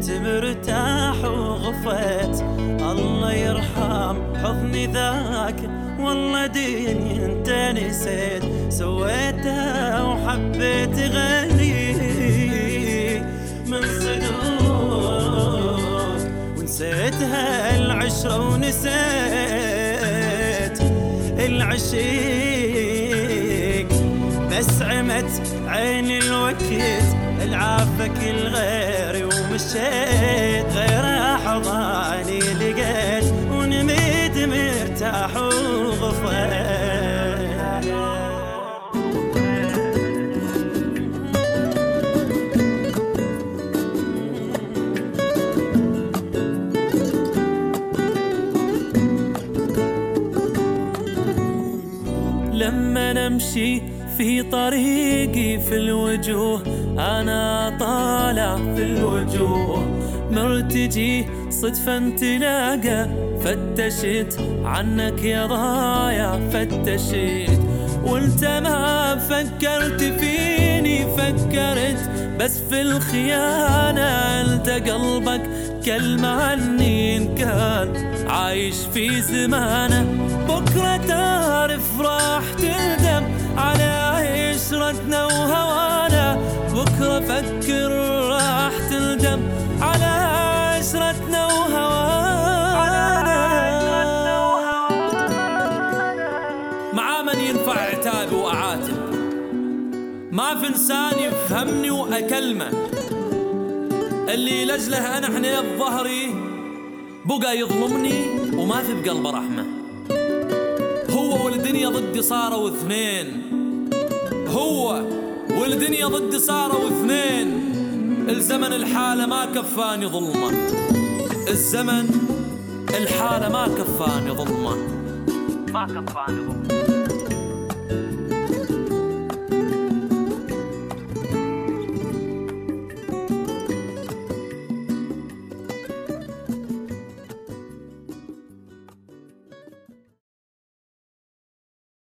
كنت مرتاح وغفيت. الله يرحم حضني ذاك، والله ديني انت نسيت. سويتها وحبيت غيري من صدوق، ونسيتها العشرة ونسيت العشيق. بس عمت عيني الوقت العافك الغيري ومشيت. غير حضاني لقيت ونميت مرتاح وغفيت. لما نمشي في طريقي في الوجوه، أنا طالع في الوجوه مرتجي صدفة تلاقى. فتشت عنك يا ضايع فتشت، وانت ما فكرت فيني فكرت بس في الخيانة. انت قلبك كلمة عني إن كان عايش في زمانه. بكرة تعرف راح تندم على عشرتنا وهوانا. بكرة فكر راح تندم على عشرتنا وهوانا. مع من ينفع عتابي وأعاتب، ما في إنسان يفهمني وأكلمه. اللي لجله أنا حنيت ظهري بقى يظلمني وما في بقلبه رحمة. هو والدنيا ضدي صاروا اثنين، هو والدنيا ضدي صاروا اثنين. الزمن الحالة ما كفاني ظلمه، الزمن الحالة ما كفاني ظلمه، ما كفاني ظلمه.